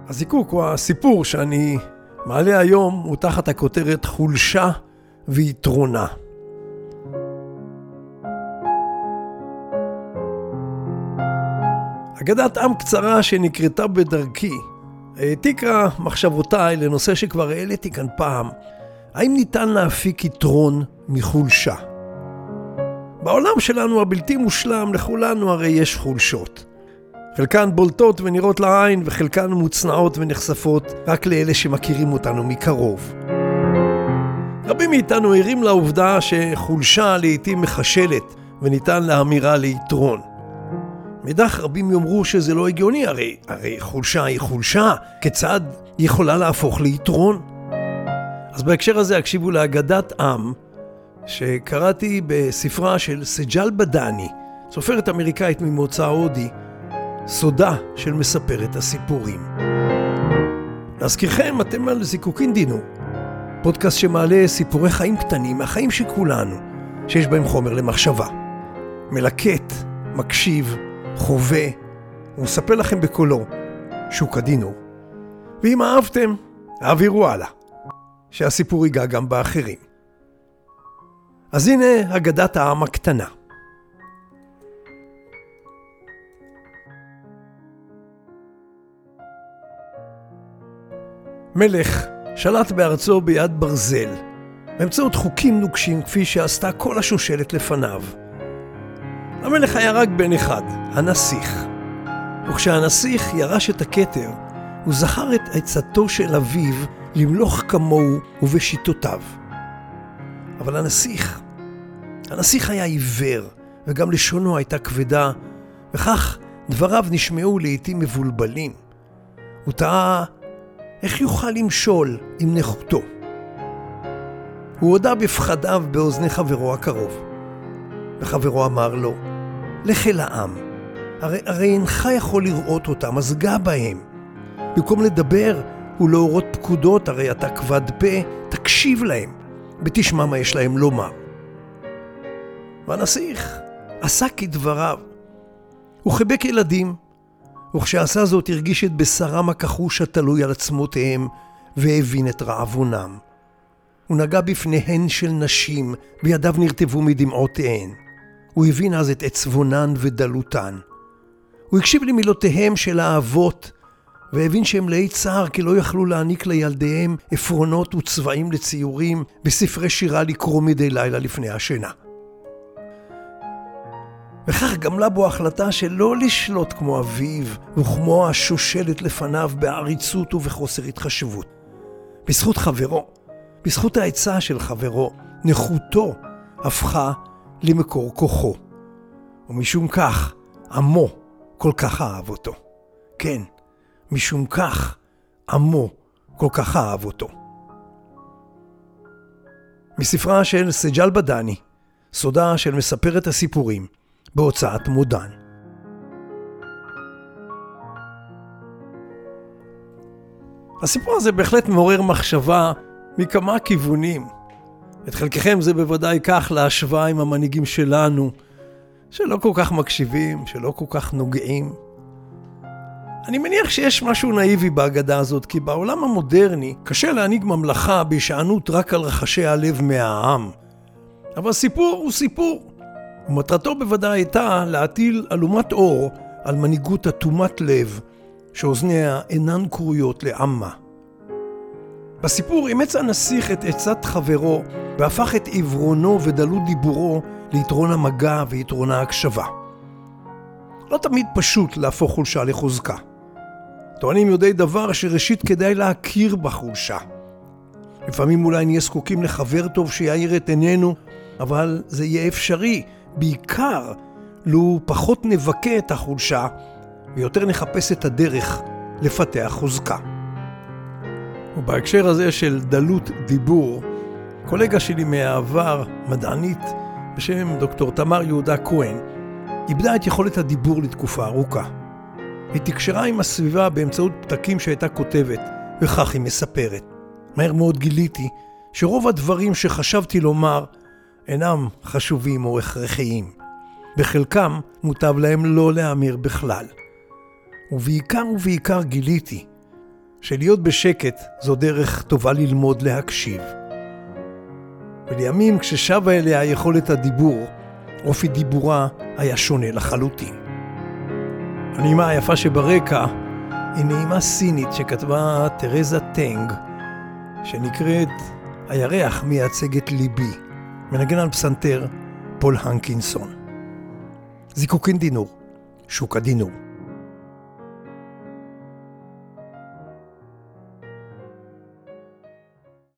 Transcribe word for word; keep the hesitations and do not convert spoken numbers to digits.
הזיקוק הוא הסיפור שאני מעלה היום הוא תחת הכותרת חולשה ויתרונה. אגדת עם קצרה שנקרתה בדרכי העתיקה מחשבותיי לנושא שכבר העליתי כאן פעם. האם ניתן להפיק יתרון מחולשה? בעולם שלנו הבלתי מושלם לכולנו הרי יש חולשות. חלקן בולטות ונראות לעין וחלקן מוצנעות ונחשפות רק לאלה שמכירים אותנו מקרוב. רבים מאיתנו ערים לעובדה שחולשה לעתים מחשלת וניתן להמירה ליתרון. מדך רבים יאמרו שזה לא הגיוני, הרי, הרי חולשה היא חולשה, כיצד היא יכולה להפוך ליתרון? אז בהקשר הזה הקשיבו לאגדת עם שקראתי בספרה של סג'ל בדני, סופרת אמריקאית ממוצא הודי, סודה של מספרת הסיפורים. להזכירכם, אתם על זיקוקין דינו, פודקאסט שמעלה סיפורי חיים קטנים מהחיים של כולנו, שיש בהם חומר למחשבה. מלקט, מקשיב, חווה, ומספר לכם בקולו, שוק הדינו. ואם אהבתם, העבירו הלאה, שהסיפור ייגע גם באחרים. אז הנה אגדת העם הקטנה. מלך שלט בארצו ביד ברזל, באמצעות חוקים נוקשים כפי שעשתה כל השושלת לפניו. המלך היה רק בן אחד, הנסיך. וכשהנסיך ירש את הכתר, הוא זכר את עצתו של אביו למלוך כמוהו ובשיטותיו. אבל הנסיך, הנסיך היה עיוור, וגם לשונו הייתה כבדה, וכך דבריו נשמעו לעתים מבולבלים. הוא טעה איך יוכל למשול עם נכותו. הוא הודה בפחדיו באוזני חברו הקרוב, וחברו אמר לו, לך אל העם, הרי, הרי אינך יכול לראות אותם, אז גע בהם. במקום לדבר ולהורות פקודות, הרי אתה כבד פה, תקשיב להם, ותשמע מה יש להם לומר. והנסיך עשה כדבריו. הוא חיבק ילדים, וכשעשה זאת הרגיש את בשרם הכחוש התלוי על עצמותיהם, והבין את רעבונם. הוא נגע בפניהן של נשים, וידיו נרטבו מדמעותיהן. הוא הבין אז את עצבונן ודלותן. הוא הקשיב למילותיהם של האבות, והבין שהם מלאי צער כי לא יכלו להעניק לילדיהם עפרונות וצבעים לציורים בספרי שירה לקרוא מדי לילה לפני השינה. וכך גמלה בו החלטה שלא לשלוט כמו אביו וכמו השושלת לפניו בעריצות ובחוסר התחשבות. בזכות חברו, בזכות העצה של חברו, נכותו הפכה למקור כוחו. ומשום כך עמו כל כך אהב אותו. כן, משום כך עמו כל כך אהב אותו. מספרה של סג'ל בדני, סודה של מספרת הסיפורים, בהוצאת מודן. הסיפור הזה בהחלט מעורר מחשבה מכמה כיוונים. את חלקכם זה בוודאי כך להשוואה עם המנהיגים שלנו, שלא כל כך מקשיבים, שלא כל כך נוגעים. אני מניח שיש משהו נאיבי בהגדה הזאת, כי בעולם המודרני קשה להנהיג ממלכה בהישענות רק על רחשי הלב מהעם. אבל סיפור הוא סיפור. ומטרתו בוודאי הייתה להטיל אלומת אור על מנהיגות אטומת לב, שאוזניה אינן קרויות לעמה. בסיפור אימץ הנסיך את עצת חברו, והפך את עברונו ודלות דיבורו ליתרון המגע ויתרון ההקשבה. לא תמיד פשוט להפוך חולשה לחוזקה. טוענים יודעי דבר שראשית כדאי להכיר בחולשה. לפעמים אולי נהיה זקוקים לחבר טוב שיעיר את עינינו, אבל זה יהיה אפשרי, בעיקר לו פחות נבקה את החולשה, ויותר נחפש את הדרך לפתח חוזקה. ובהקשר הזה של דלות דיבור, קולגה שלי מהעבר, מדענית בשם דוקטור תמר יהודה כהן, איבדה את יכולת הדיבור לתקופה ארוכה. היא תקשרה עם הסביבה באמצעות פתקים שהייתה כותבת, וכך היא מספרת. מהר מאוד גיליתי שרוב הדברים שחשבתי לומר אינם חשובים או הכרחיים. בחלקם מוטב להם לא להאמיר בכלל. ובעיקר ובעיקר גיליתי שלהיות בשקט זו דרך טובה ללמוד להקשיב. ולימים כששבה אליה יכולת הדיבור, אופי דיבורה היה שונה לחלוטין. הנעימה היפה שברקע היא נעימה סינית שכתבה תרזה טנג, שנקראת הירח מייצג את ליבי, מנגן על פסנתר פול הנקינסון. זיקוקין דינור, שוק הדינור.